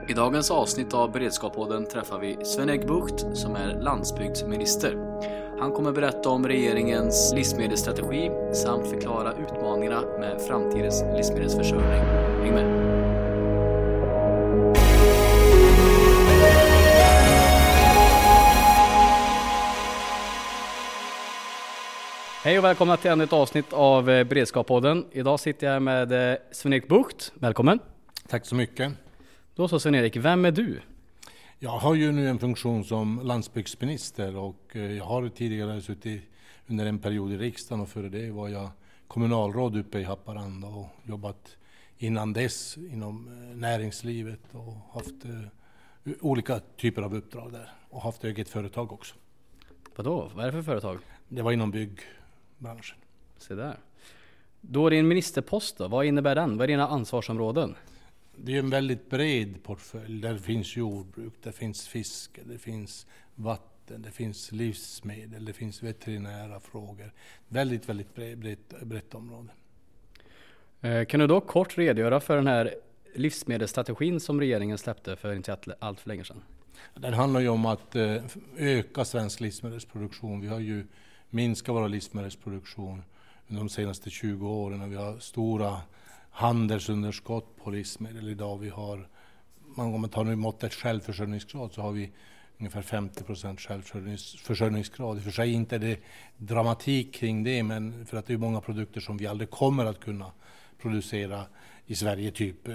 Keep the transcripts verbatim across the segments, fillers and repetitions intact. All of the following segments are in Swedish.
I dagens avsnitt av Beredskapspodden träffar vi Sven-Erik Bucht som är landsbygdsminister. Han kommer berätta om regeringens livsmedelsstrategi samt förklara utmaningarna med framtidens livsmedelsförsörjning. Häng med! Hej och välkomna till ännu ett avsnitt av Beredskapspodden. Idag sitter jag med Sven-Erik Bucht. Välkommen! Tack så mycket! Då så Sven-Erik, vem är du? Jag har ju nu en funktion som landsbygdsminister och jag har tidigare suttit under en period i riksdagen och före det var jag kommunalråd uppe i Haparanda och jobbat innan dess inom näringslivet och haft olika typer av uppdrag där och haft eget företag också. Vadå? Vad är det för företag? Det var inom byggbranschen. Se där. Då är det en ministerpost då. Vad innebär den? Vad är dina ansvarsområden? Det är en väldigt bred portfölj. Där finns jordbruk, där finns fiske, det finns vatten, det finns livsmedel, det finns veterinära frågor. Väldigt, väldigt brett, brett område. Kan du då kort redogöra för den här livsmedelsstrategin som regeringen släppte för inte allt för länge sedan? Den handlar ju om att öka svensk livsmedelsproduktion. Vi har ju minskat vår livsmedelsproduktion under de senaste tjugo åren. Vi har stora handelsunderskott på livsmedel idag. Vi har, om man tar nu måttet självförsörjningsgrad så har vi ungefär femtio procent självförsörjningsgrad. I och för sig inte är det dramatik kring det, men för att det är många produkter som vi aldrig kommer att kunna producera i Sverige, typ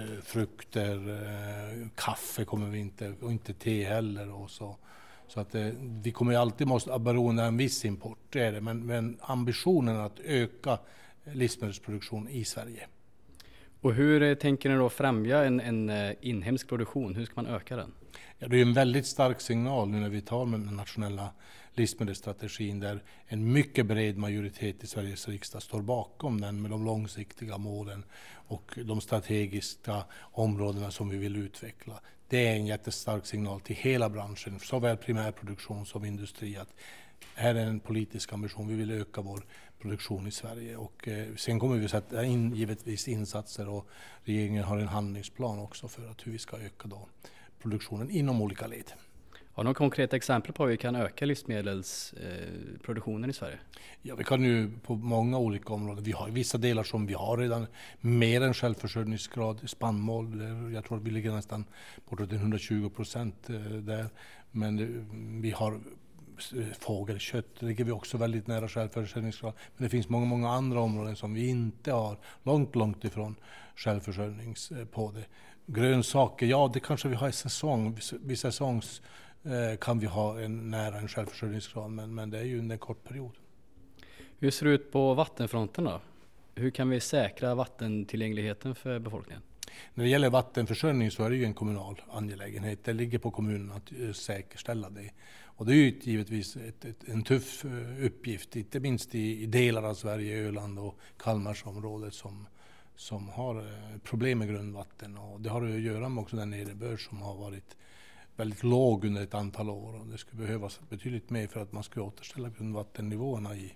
frukter, kaffe kommer vi inte, och inte te heller. Och så så att vi kommer alltid måste ha beroende av en viss import, det är det, men, men ambitionen är att öka livsmedelsproduktion i Sverige. Och hur tänker ni då främja en, en inhemsk produktion? Hur ska man öka den? Ja, det är en väldigt stark signal nu när vi tar med den nationella livsmedelsstrategin där en mycket bred majoritet i Sveriges riksdag står bakom den med de långsiktiga målen och de strategiska områdena som vi vill utveckla. Det är en jättestark signal till hela branschen, såväl primärproduktion som industri, att här är en politisk ambition, vi vill öka vår produktion i Sverige och eh, sen kommer vi sätta in givetvis insatser och regeringen har en handlingsplan också för att hur vi ska öka då produktionen inom olika led. Har du några konkreta exempel på hur vi kan öka livsmedelsproduktionen eh, i Sverige? Ja, vi kan ju på många olika områden. Vi har vissa delar som vi har redan mer än självförsörjningsgrad, spannmål. Jag tror att vi ligger nästan bortåt hundratjugo procent eh, där. Men eh, vi har fågelkött, det ligger vi också väldigt nära självförsörjningsgrad. Men det finns många, många andra områden som vi inte har långt, långt ifrån självförsörjnings på det. Grönsaker, ja det kanske vi har i säsong. Vid säsongs eh, kan vi ha en nära en självförsörjningsgrad, men, men det är ju under en kort period. Hur ser det ut på vattenfronten då? Hur kan vi säkra vattentillgängligheten för befolkningen? När det gäller vattenförsörjning så är det ju en kommunal angelägenhet. Det ligger på kommunen att säkerställa det. Och det är ju givetvis ett, ett, en tuff uppgift, inte minst i, i delar av Sverige, Öland och Kalmarsområdet som, som har problem med grundvatten. Och det har att göra med också den nederbörd som har varit väldigt låg under ett antal år. Och det skulle behövas betydligt mer för att man ska återställa grundvattennivåerna i,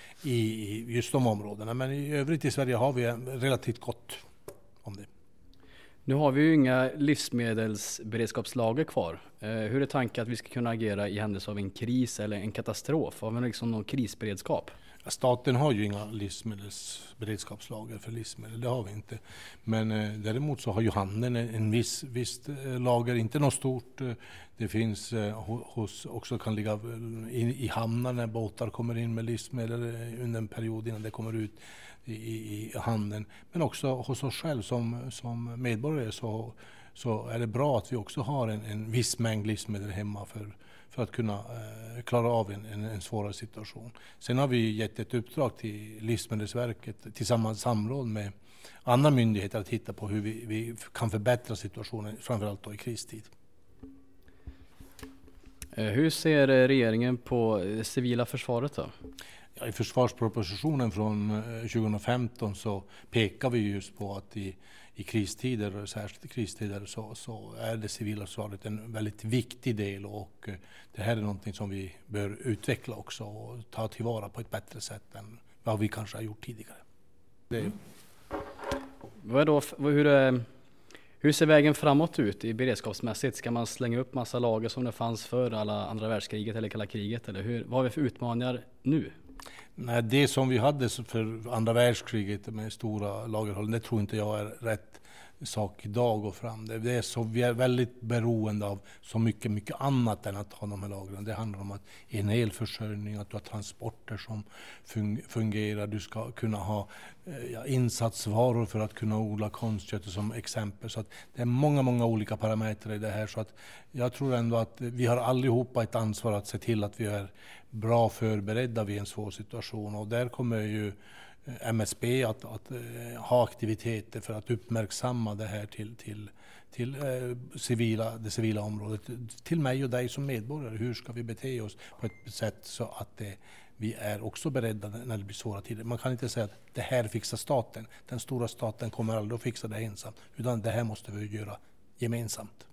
i just de områdena. Men i övrigt i Sverige har vi relativt gott om det. Nu har vi ju inga livsmedelsberedskapslager kvar. Eh, hur är tanken att vi ska kunna agera i händelse av en kris eller en katastrof? Har vi liksom någon krisberedskap? Staten har ju inga livsmedelsberedskapslager för livsmedel, det har vi inte. Men eh, däremot så har ju handeln en, en viss, viss eh, lager, inte något stort. Eh, det finns eh, hos, också kan ligga in, i hamnar när båtar kommer in med livsmedel eh, under en period innan det kommer ut i, i, i handeln. Men också hos oss själv som, som medborgare så, så är det bra att vi också har en, en viss mängd livsmedel hemma för för att kunna eh, klara av en, en, en svårare situation. Sen har vi gett ett uppdrag till Livsmedelsverket tillsammans samråd med andra myndigheter att titta på hur vi, vi kan förbättra situationen, framförallt då i kristid. Hur ser regeringen på det civila försvaret då? Ja, i försvarspropositionen från tjugohundrafemton så pekar vi just på att i, i kristider, särskilt i kristider, så, så är det civila försvaret en väldigt viktig del, och det här är någonting som vi bör utveckla också och ta tillvara på ett bättre sätt än vad vi kanske har gjort tidigare. Det. Vad är då, hur, är, Hur ser vägen framåt ut i beredskapsmässigt? Ska man slänga upp massa lager som det fanns för alla andra världskriget eller kalla kriget? Eller hur, vad har vi för utmaningar nu? Nej, det som vi hade för andra världskriget med stora lagerhåll, det tror inte jag är rätt sak idag gå fram. Det är så, vi är väldigt beroende av så mycket, mycket annat än att ha de här lagren. Det handlar om att en elförsörjning, att du har transporter som fungerar. Du ska kunna ha ja, insatsvaror för att kunna odla konstgödsel som exempel. Så att det är många, många olika parametrar i det här. Så att jag tror ändå att vi har allihopa ett ansvar att se till att vi är bra förberedda vid en svår situation. Och där kommer ju M S B att, att uh, ha aktiviteter för att uppmärksamma det här till, till, till uh, civila, det civila området. Till mig och dig som medborgare. Hur ska vi bete oss på ett sätt så att det, vi är också beredda när det blir svåra tider. Man kan inte säga att det här fixar staten. Den stora staten kommer aldrig att fixa det ensam. Utan det här måste vi göra gemensamt.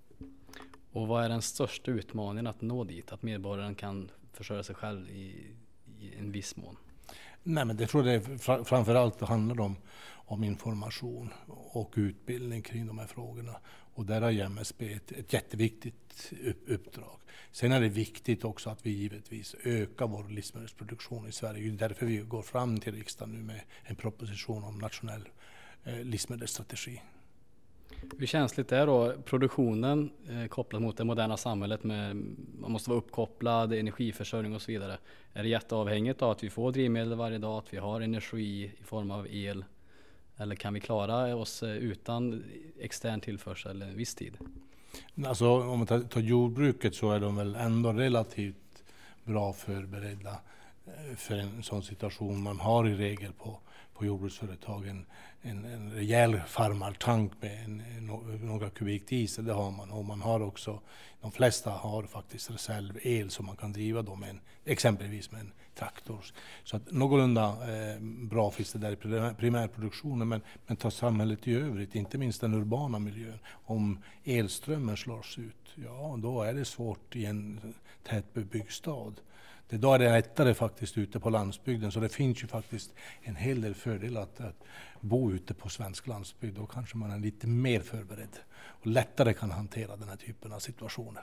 Och vad är den största utmaningen att nå dit? Att medborgaren kan försörja sig själv i, i en viss mån? Nej, men det tror jag det fr- framförallt handlar om, om information och utbildning kring de här frågorna. Och där har M S B ett, ett jätteviktigt uppdrag. Sen är det viktigt också att vi givetvis ökar vår livsmedelsproduktion i Sverige. Det är därför vi går fram till riksdagen nu med en proposition om nationell eh, livsmedelsstrategi. Hur känsligt är då produktionen eh, kopplat mot det moderna samhället med man måste vara uppkopplad, energiförsörjning och så vidare. Är det jätteavhängigt av att vi får drivmedel varje dag, att vi har energi i form av el? Eller kan vi klara oss utan extern tillförsel en viss tid? Alltså, om man tar, tar jordbruket så är de väl ändå relativt bra förberedda för en sån situation. Man har i regel på, på jordbruksföretagen en, en rejäl farmartank med en, en, några kubik diesel, det har man. Och man har också, de flesta har faktiskt reservel som man kan driva då med en, exempelvis med en traktor. Så att någorlunda eh, bra finns det där i primärproduktionen, men, men tar samhället i övrigt, inte minst den urbana miljön. Om elströmmen slås ut, ja då är det svårt i en tätbebyggd stad. Det då är det lättare faktiskt ute på landsbygden, så det finns ju faktiskt en hel del fördelar att, att bo ute på svensk landsbygd. Då kanske man är lite mer förberedd och lättare kan hantera den här typen av situationer.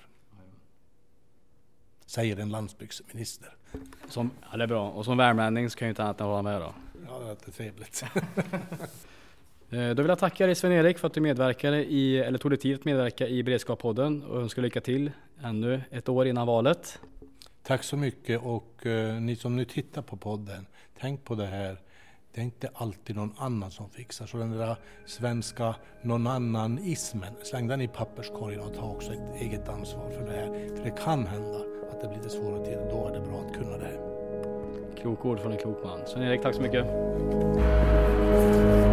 Säger en landsbygdsminister. Som, ja, det är bra. Och som värmlänning så kan jag inte annat än hålla med då. Ja, det är trevligt. Då vill jag tacka dig Sven-Erik för att du medverkade i, eller tog dig tid att medverka i Beredskap-podden och önskar lycka till ännu ett år innan valet. Tack så mycket, och eh, ni som nu tittar på podden, tänk på det här. Det är inte alltid någon annan som fixar. Så den där svenska någon annan-ismen, släng den i papperskorgen och ta också ett eget ansvar för det här. För det kan hända att det blir lite svåra tider, då är det bra att kunna det här. Klok ord från en klok man. Sven-Erik, tack så mycket.